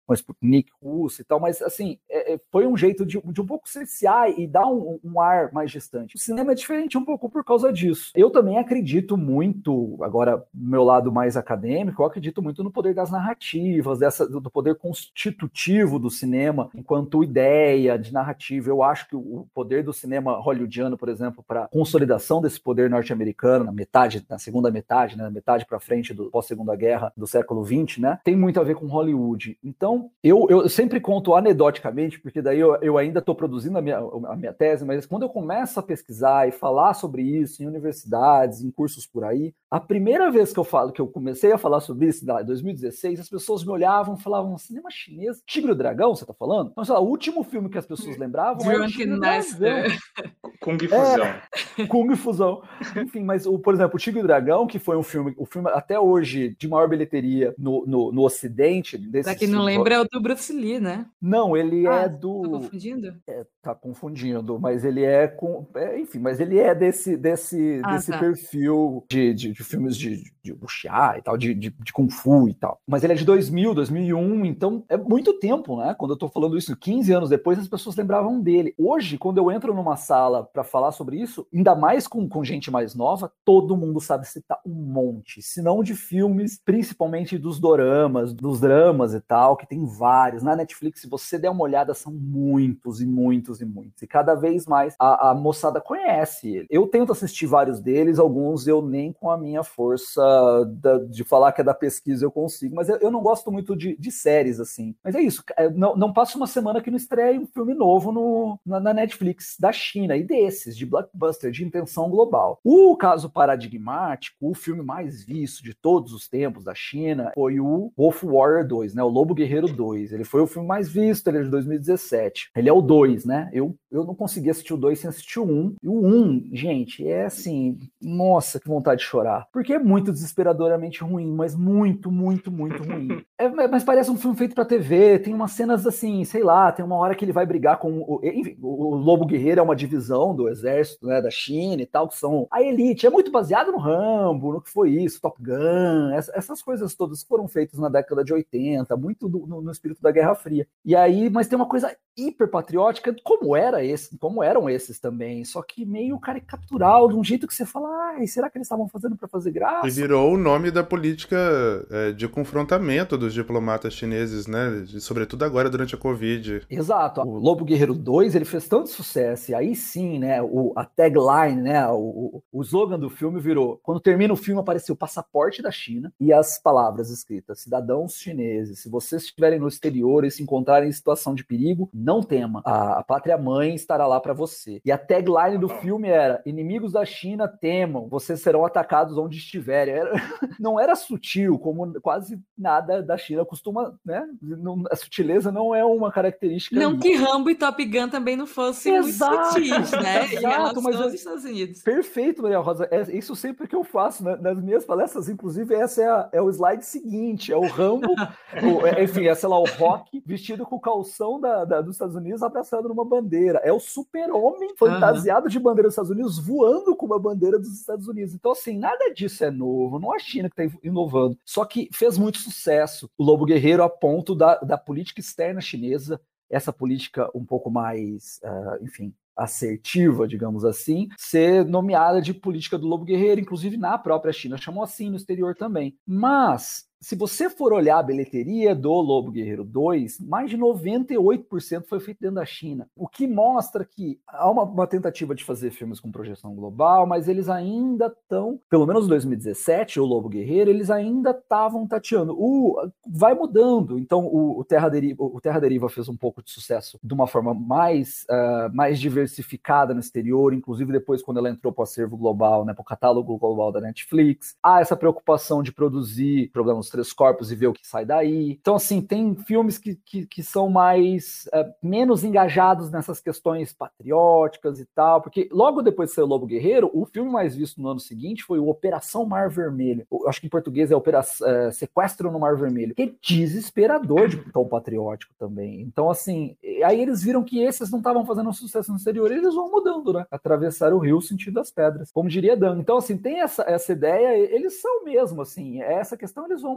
com Sputnik russo e tal, mas assim, é, é, foi um jeito de, de um pouco cercear e dar um, um ar mais distante. O cinema é diferente um pouco por causa disso. Eu também acredito muito, agora, do meu lado mais acadêmico, eu acredito muito no poder das narrativas, dessa, do poder constitutivo do cinema, enquanto ideia de narrativa. Eu acho que o poder do cinema hollywoodiano, por exemplo, para consolidação desse poder norte-americano, na metade, na segunda metade, né, na metade para frente do pós-segunda guerra do século vinte, né, tem muito a ver com Hollywood. Então, eu, eu sempre conto anedoticamente, porque daí eu, eu ainda estou produzindo a minha, a minha tese, mas quando eu começo a pesquisar e falar sobre isso em universidades, em cursos por aí, a primeira vez que eu falo, que eu comecei a falar sobre isso, em dois mil e dezesseis, as pessoas me olhavam e falavam, cinema chinês, Tigre e o Dragão, você tá falando? Então, sei lá, o último filme que as pessoas lembravam era o Tigre e o Dragão. Kung Fusão. É, Kung Fusão. Enfim, mas, o, por exemplo, o Tigre e o Dragão, que foi um filme, o filme até hoje de maior bilheteria no, no, no Ocidente. Pra quem não lembra, é o do Bruce Lee, né? Não, ele ah, é do... Tá confundindo? É, tá confundindo, mas ele é com... É, enfim, mas ele é desse, desse, ah, desse tá. perfil de, de, de filmes de, de wuxia e tal, de, de, de Kung Fu e tal. Mas ele é de dois mil, dois mil e um, então é muito tempo, né? Quando eu tô falando isso, quinze anos depois, as pessoas lembravam dele. Hoje, quando eu entro numa sala para falar sobre isso, ainda mais com, com gente mais nova, todo mundo sabe citar um monte, se não de filmes, principalmente dos doramas, dos dramas e tal, que tem vários. Na Netflix, se você der uma olhada, são muitos e muitos e muitos. E cada vez mais a, a moçada conhece ele. Eu tento assistir vários deles, alguns eu nem com a minha força da, de falar que é da pesquisa eu consigo, mas eu, eu não gosto muito de, de séries, assim. Mas é isso, não, não passa uma semana que não estreia um filme novo no, na, na Netflix da China, e desses, de blockbuster, de intenção global. O caso paradigmático, o filme mais visto de todos os tempos da China, foi o Wolf Warrior dois, né? O Lobo Guerreiro dois. Ele foi o filme mais visto, ele é de dois mil e dezessete. Ele é o dois, né? Eu, eu não consegui assistir o dois sem assistir o um. E o um, gente, é assim, nossa, que vontade de chorar. Porque é muito desesperadoramente ruim, mas muito, muito, muito ruim. É, mas parece um filme feito pra T V, tem umas cenas assim, sei lá, tem uma hora que ele vai brigar com o... Enfim, o Lobo Guerreiro é uma divisão do exército, né, da China e tal, que são a elite. É muito baseado no Rambo, no que foi isso, Top Gun, essas coisas todas foram feitas na década de oitenta, muito do, no, no espírito da Guerra Fria. E aí, mas tem uma coisa hiper patriótica, como era esse, como eram esses também, só que meio caricatural, de um jeito que você fala, ai, será que eles estavam fazendo para fazer graça? E virou o nome da política é, de confrontamento dos diplomatas chineses, né? Sobretudo agora durante a Covid. Exato. O Lobo Guerreiro dois, ele fez tanto sucesso, e aí sim, né, o, a tagline, né, o, o slogan do filme virou, quando termina o filme apareceu o passaporte da China e as palavras escritas, cidadãos chineses, se vocês estiverem no exterior e se encontrarem em situação de perigo, não tema, a, a pátria-mãe estará lá para você. E a tagline do filme era, inimigos da China temam, vocês serão atacados onde estiverem. Era, não era sutil, como quase nada da China costuma, né, não, a sutileza não é uma característica... Não que Rambo e Top Gun também não fossem exato, muito sutis, né, exato, em relação mas aos Estados Unidos. Perfeito, Maria Rosa, é isso sempre que eu faço, né, nas minhas palestras, inclusive essa é, a, é o slide seguinte, é o Rambo, o, é, enfim, é, sei lá, o Rock vestido com o calção da, da, dos Estados Unidos abraçado numa bandeira, é o super-homem fantasiado uhum. de bandeira dos Estados Unidos voando com uma bandeira dos Estados Unidos. Então, assim, nada disso é novo, não é a China que está inovando, só que fez muito sucesso o Lobo Guerreiro a ponto da, da política externa chinesa, essa política um pouco mais, uh, enfim, assertiva, digamos assim, ser nomeada de política do Lobo Guerreiro, inclusive na própria China, chamou assim no exterior também. Mas, se você for olhar a bilheteria do Lobo Guerreiro dois, mais de noventa e oito por cento foi feito dentro da China, o que mostra que há uma, uma tentativa de fazer filmes com projeção global, mas eles ainda estão, pelo menos em dois mil e dezessete, o Lobo Guerreiro, eles ainda estavam tateando. O, vai mudando, então o, o, Terra Deriva, o Terra Deriva fez um pouco de sucesso de uma forma mais, uh, mais diversificada no exterior, inclusive depois quando ela entrou para o acervo global, né, para o catálogo global da Netflix. Há essa preocupação de produzir programas Três Corpos e ver o que sai daí. Então, assim, tem filmes que, que, que são mais, uh, menos engajados nessas questões patrióticas e tal, porque logo depois de ser o Lobo Guerreiro, o filme mais visto no ano seguinte foi o Operação Mar Vermelho. Eu acho que em português é Operação, uh, Sequestro no Mar Vermelho, que é desesperador de tão patriótico também. Então, assim, aí eles viram que esses não estavam fazendo um sucesso no exterior, eles vão mudando, né? Atravessar o rio sentido das pedras, como diria Dan. Então, assim, tem essa, essa ideia, eles são mesmo, assim, essa questão eles vão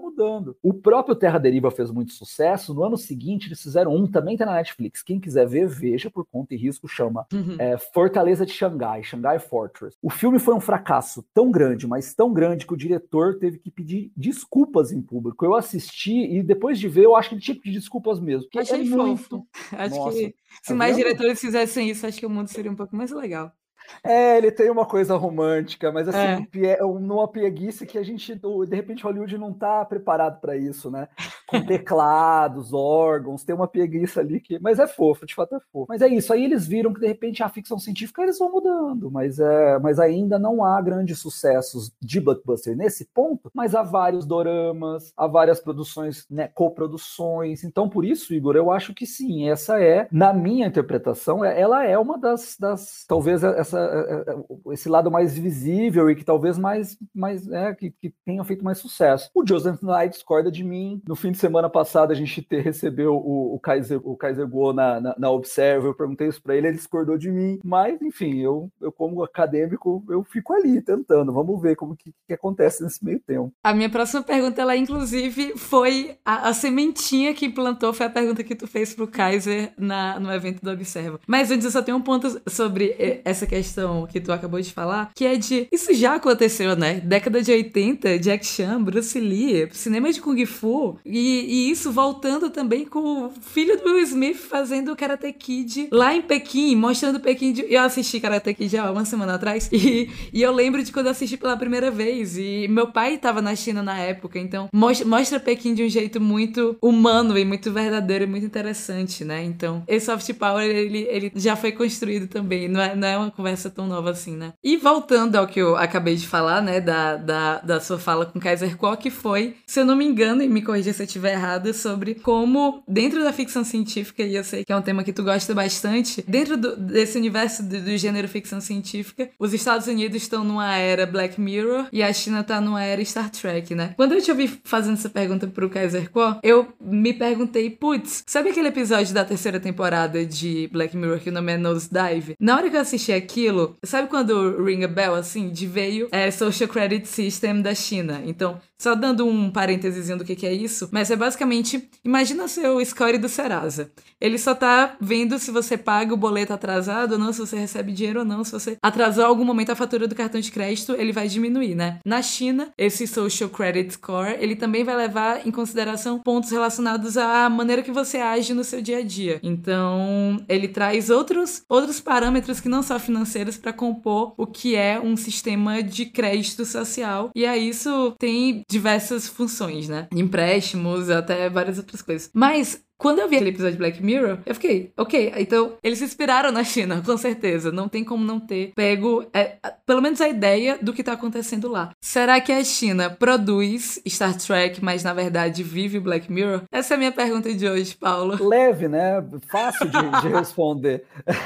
mudando. O próprio Terra Deriva fez muito sucesso. No ano seguinte, eles fizeram um, também tá na Netflix. Quem quiser ver, veja por conta e risco, chama uhum. é, Fortaleza de Xangai, Xangai Fortress. O filme foi um fracasso tão grande, mas tão grande que o diretor teve que pedir desculpas em público. Eu assisti e depois de ver, eu acho que ele tinha que pedir desculpas mesmo. Achei é fofo. Muito... Acho Nossa, que se tá mais vendo? diretores fizessem isso, acho que o mundo seria um pouco mais legal. É, ele tem uma coisa romântica, mas assim, é. numa pieguice que a gente, de repente, Hollywood não tá preparado para isso, né? Com teclados, órgãos, tem uma pieguice ali que... Mas é fofo, de fato é fofo. Mas é isso, aí eles viram que, de repente, a ficção científica, eles vão mudando, mas, é, mas ainda não há grandes sucessos de blockbuster nesse ponto, mas há vários doramas, há várias produções, né, coproduções, então, por isso, Igor, eu acho que sim, essa é, na minha interpretação, ela é uma das, das talvez essa esse lado mais visível e que talvez mais, mais é, que, que tenha feito mais sucesso. O Joseph Knight discorda de mim. No fim de semana passado a gente te, recebeu o, o Kaiser, o Kaiser Kuo na, na, na Observe, eu perguntei isso para ele, ele discordou de mim, mas enfim, eu, eu como acadêmico, eu fico ali tentando, vamos ver como que, que acontece nesse meio tempo. A minha próxima pergunta, ela inclusive foi a, a sementinha que implantou, foi a pergunta que tu fez pro Kaiser na, no evento do Observa. Mas antes eu só tenho um ponto sobre essa questão que tu acabou de falar, que é de... Isso já aconteceu, né? Década de oitenta, Jack Chan, Bruce Lee, cinema de Kung Fu, e, e isso voltando também com o filho do Will Smith fazendo Karate Kid lá em Pequim, mostrando Pequim. De... Eu assisti Karate Kid há uma semana atrás, e, e eu lembro de quando eu assisti pela primeira vez, e meu pai tava na China na época, então mostra, mostra Pequim de um jeito muito humano e muito verdadeiro e muito interessante, né? Então, esse soft power, ele, ele já foi construído também, não é, não é uma conversa tão nova assim, né? E voltando ao que eu acabei de falar, né, da, da, da sua fala com Kaiser Kuo, que foi, se eu não me engano, e me corrija se eu estiver errado, sobre como, dentro da ficção científica, e eu sei que é um tema que tu gosta bastante, dentro do, desse universo do, do gênero ficção científica, os Estados Unidos estão numa era Black Mirror e a China tá numa era Star Trek, né? Quando eu te ouvi fazendo essa pergunta pro Kaiser Kuo, eu me perguntei, putz, sabe aquele episódio da terceira temporada de Black Mirror que o nome é Nosedive? Na hora que eu assisti aquilo, sabe quando ring a bell, assim, de veio é Social Credit System da China. Então, só dando um parênteses do que, que é isso, mas é basicamente, imagina seu score do Serasa. Ele só tá vendo se você paga o boleto atrasado ou não, se você recebe dinheiro ou não, se você atrasou algum momento a fatura do cartão de crédito, ele vai diminuir, né? Na China, esse Social Credit Score, ele também vai levar em consideração pontos relacionados à maneira que você age no seu dia a dia. Então, ele traz outros, outros parâmetros que não são financeiros para compor o que é um sistema de crédito social. E aí isso tem diversas funções, né? Empréstimos, até várias outras coisas. Mas quando eu vi aquele episódio de Black Mirror, eu fiquei, ok, então eles se inspiraram na China, com certeza. Não tem como não ter pego, é, pelo menos a ideia do que tá acontecendo lá. Será que a China produz Star Trek, mas na verdade vive Black Mirror? Essa é a minha pergunta de hoje, Paulo. Leve, né? Fácil de, de responder.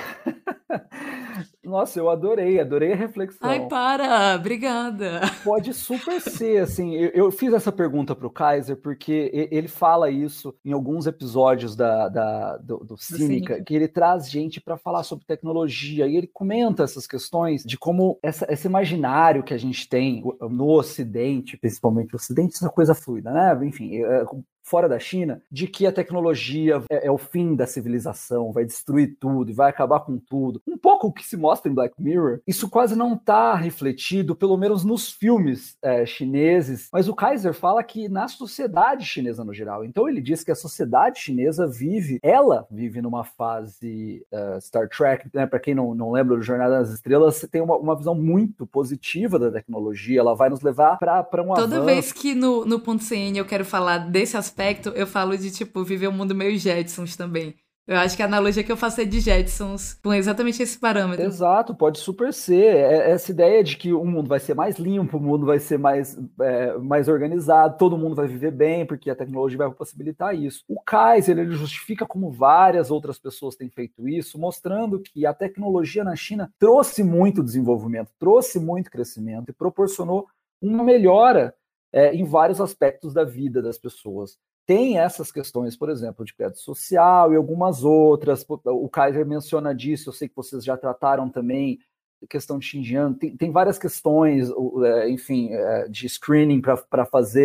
Nossa, eu adorei, adorei a reflexão. Ai, para! Obrigada! Pode super ser, assim, eu, eu fiz essa pergunta pro Kaiser porque ele fala isso em alguns episódios da, da, do, do Cínica, que ele traz gente para falar sobre tecnologia, e ele comenta essas questões de como essa, esse imaginário que a gente tem no Ocidente, principalmente o Ocidente, essa coisa fluida, né? Enfim, é, fora da China, de que a tecnologia é, é o fim da civilização, vai destruir tudo e vai acabar com tudo. Um pouco o que se mostra em Black Mirror, isso quase não está refletido, pelo menos nos filmes é, chineses, mas o Kaiser fala que na sociedade chinesa no geral. Então ele diz que a sociedade chinesa vive, ela vive numa fase uh, Star Trek, né? Para quem não, não lembra do Jornada nas Estrelas, tem uma, uma visão muito positiva da tecnologia, ela vai nos levar para um avanço. Toda vez que no, no Ponto C N eu quero falar desse aspecto, eu falo de, tipo, viver um mundo meio Jetsons também. Eu acho que a analogia que eu faço é de Jetsons, com exatamente esse parâmetro. Exato, pode super ser. É, essa ideia de que o mundo vai ser mais limpo, o mundo vai ser mais, é, mais organizado, todo mundo vai viver bem, porque a tecnologia vai possibilitar isso. O Kaiser, ele justifica como várias outras pessoas têm feito isso, mostrando que a tecnologia na China trouxe muito desenvolvimento, trouxe muito crescimento e proporcionou uma melhora É, em vários aspectos da vida das pessoas. Tem essas questões, por exemplo, de crédito social e algumas outras. O Kaiser menciona disso, eu sei que vocês já trataram também, questão de Xinjiang. Tem, tem várias questões, enfim, de screening para fazer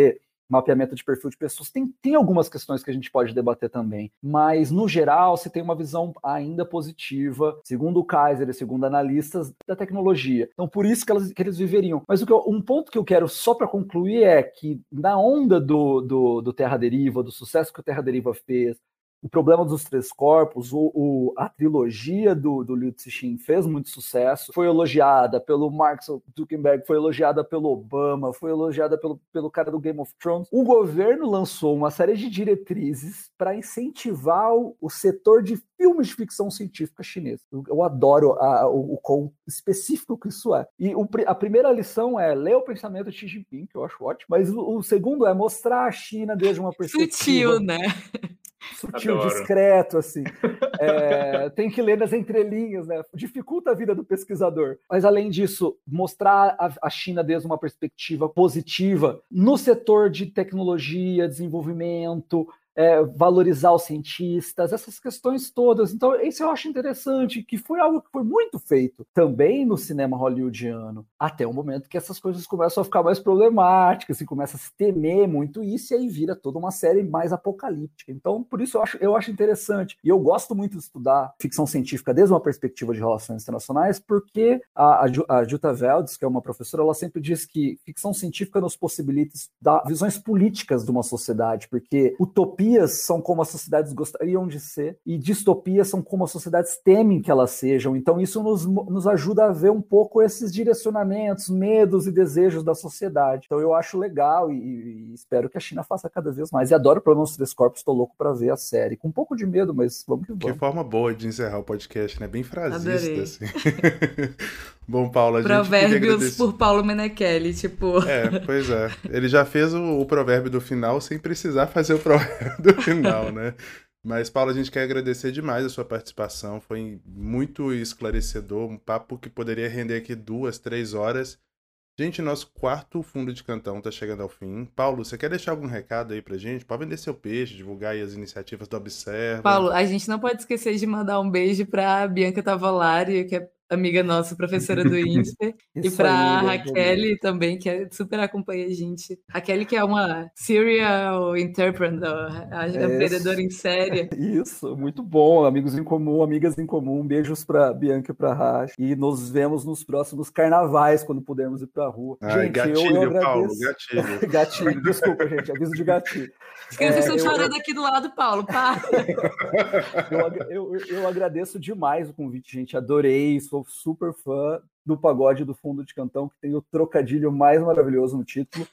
mapeamento de perfil de pessoas. Tem, tem algumas questões que a gente pode debater também, mas no geral se tem uma visão ainda positiva, segundo o Kaiser e segundo analistas da tecnologia. Então por isso que, elas, que eles viveriam. Mas o que eu, um ponto que eu quero só para concluir é que na onda do, do, do Terra Deriva, do sucesso que o Terra Deriva fez, o problema dos três corpos, o, o, a trilogia do, do Liu Cixin fez muito sucesso, foi elogiada pelo Mark Zuckerberg, foi elogiada pelo Obama, foi elogiada pelo, pelo cara do Game of Thrones. O governo lançou uma série de diretrizes para incentivar o, o setor de filmes de ficção científica chinês. Eu, eu adoro a, o, o quão específico que isso é. E o, a primeira lição é ler o pensamento de Xi Jinping, que eu acho ótimo, mas o, o segundo é mostrar a China desde uma perspectiva... Sutil, né? Sutil, Adoro. Discreto, assim. É, tem que ler nas entrelinhas, né? Dificulta a vida do pesquisador. Mas, além disso, mostrar a, a China desde uma perspectiva positiva no setor de tecnologia, desenvolvimento, é, valorizar os cientistas, essas questões todas. Então, isso eu acho interessante, que foi algo que foi muito feito também no cinema hollywoodiano, até o momento que essas coisas começam a ficar mais problemáticas e começa a se temer muito isso, e aí vira toda uma série mais apocalíptica. Então, por isso eu acho, eu acho interessante. E eu gosto muito de estudar ficção científica desde uma perspectiva de relações internacionais, porque a, a, a Jutta Veldes, que é uma professora, ela sempre diz que ficção científica nos possibilita dar visões políticas de uma sociedade, porque utopia Utopias são como as sociedades gostariam de ser e distopias são como as sociedades temem que elas sejam. Então isso nos, nos ajuda a ver um pouco esses direcionamentos, medos e desejos da sociedade. Então eu acho legal e, e espero que a China faça cada vez mais. E adoro Problema dos Três Corpos, estou louco para ver a série. Com um pouco de medo, mas vamos que vamos. Que forma boa de encerrar o podcast, né? Bem frasista, Adorei. assim. Bom, Paulo, a gente Provérbios por Paulo Menechelli, tipo... É, pois é. Ele já fez o, o provérbio do final sem precisar fazer o provérbio do final, né? Mas, Paulo, a gente quer agradecer demais a sua participação. Foi muito esclarecedor, um papo que poderia render aqui duas, três horas. Gente, nosso quarto fundo de cantão tá chegando ao fim. Paulo, você quer deixar algum recado aí pra gente? Pode vender seu peixe, divulgar aí as iniciativas do Observa. Paulo, a gente não pode esquecer de mandar um beijo pra Bianca Tavalari, que é amiga nossa, professora do INSPER, e para a Raquel também, que é, super acompanha a gente. Raquel, que é uma serial entrepreneur, a empreendedora em série. Isso, muito bom. Amigos em comum, amigas em comum. Beijos para Bianca e para Racha. E nos vemos nos próximos carnavais, quando pudermos ir para a rua. Ai, gente, gatilho, eu, eu agradeço... Paulo, gatilho. Gatilho, desculpa, gente, aviso de gatilho. As crianças É, estão eu- chorando aqui do lado, Paulo, para! Eu, agra- eu, eu agradeço demais o convite, gente. Adorei, sou super fã do pagode do Fundo de Cantão, que tem o trocadilho mais maravilhoso no título.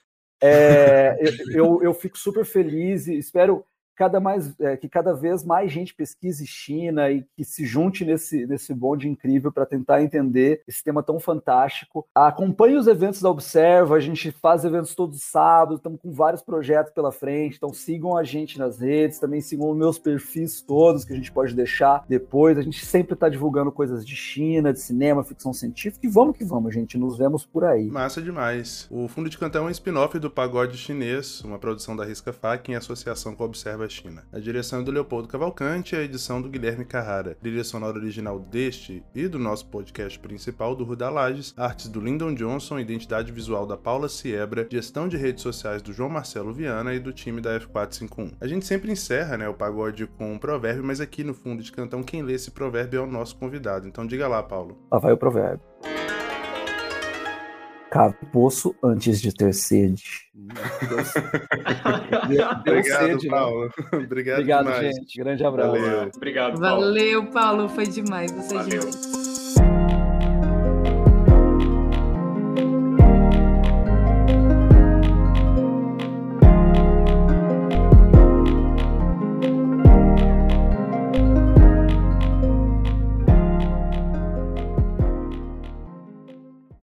É, eu, eu, eu fico super feliz e espero cada mais, é, que cada vez mais gente pesquise China e que se junte nesse, nesse bonde incrível para tentar entender esse tema tão fantástico. Acompanhe os eventos da Observa, a gente faz eventos todos os sábados, estamos com vários projetos pela frente, então sigam a gente nas redes, também sigam os meus perfis todos, que a gente pode deixar depois. A gente sempre está divulgando coisas de China, de cinema, ficção científica, e vamos que vamos, gente, nos vemos por aí. Massa demais. O Fundo de Cantão é um spin-off do Pagode Chinês, uma produção da Risca Fac em associação com a Observa China. A direção é do Leopoldo Cavalcante e a edição do Guilherme Carrara. A trilha sonora original deste e do nosso podcast principal do Ruda Lages, artes do Lyndon Johnson, identidade visual da Paula Siebra, gestão de redes sociais do João Marcelo Viana e do time da F quatrocentos e cinquenta e um. A gente sempre encerra, né, o pagode com um provérbio, mas aqui no Fundo de Cantão quem lê esse provérbio é o nosso convidado. Então diga lá, Paulo. Lá vai o provérbio. Cave poço antes de ter sede. Deus, Deus Obrigado, sede, né? Paulo. Obrigado, Obrigado, demais. gente. Grande abraço. Valeu. Obrigado, Paulo. Valeu, Paulo, foi demais. Você é Valeu. demais.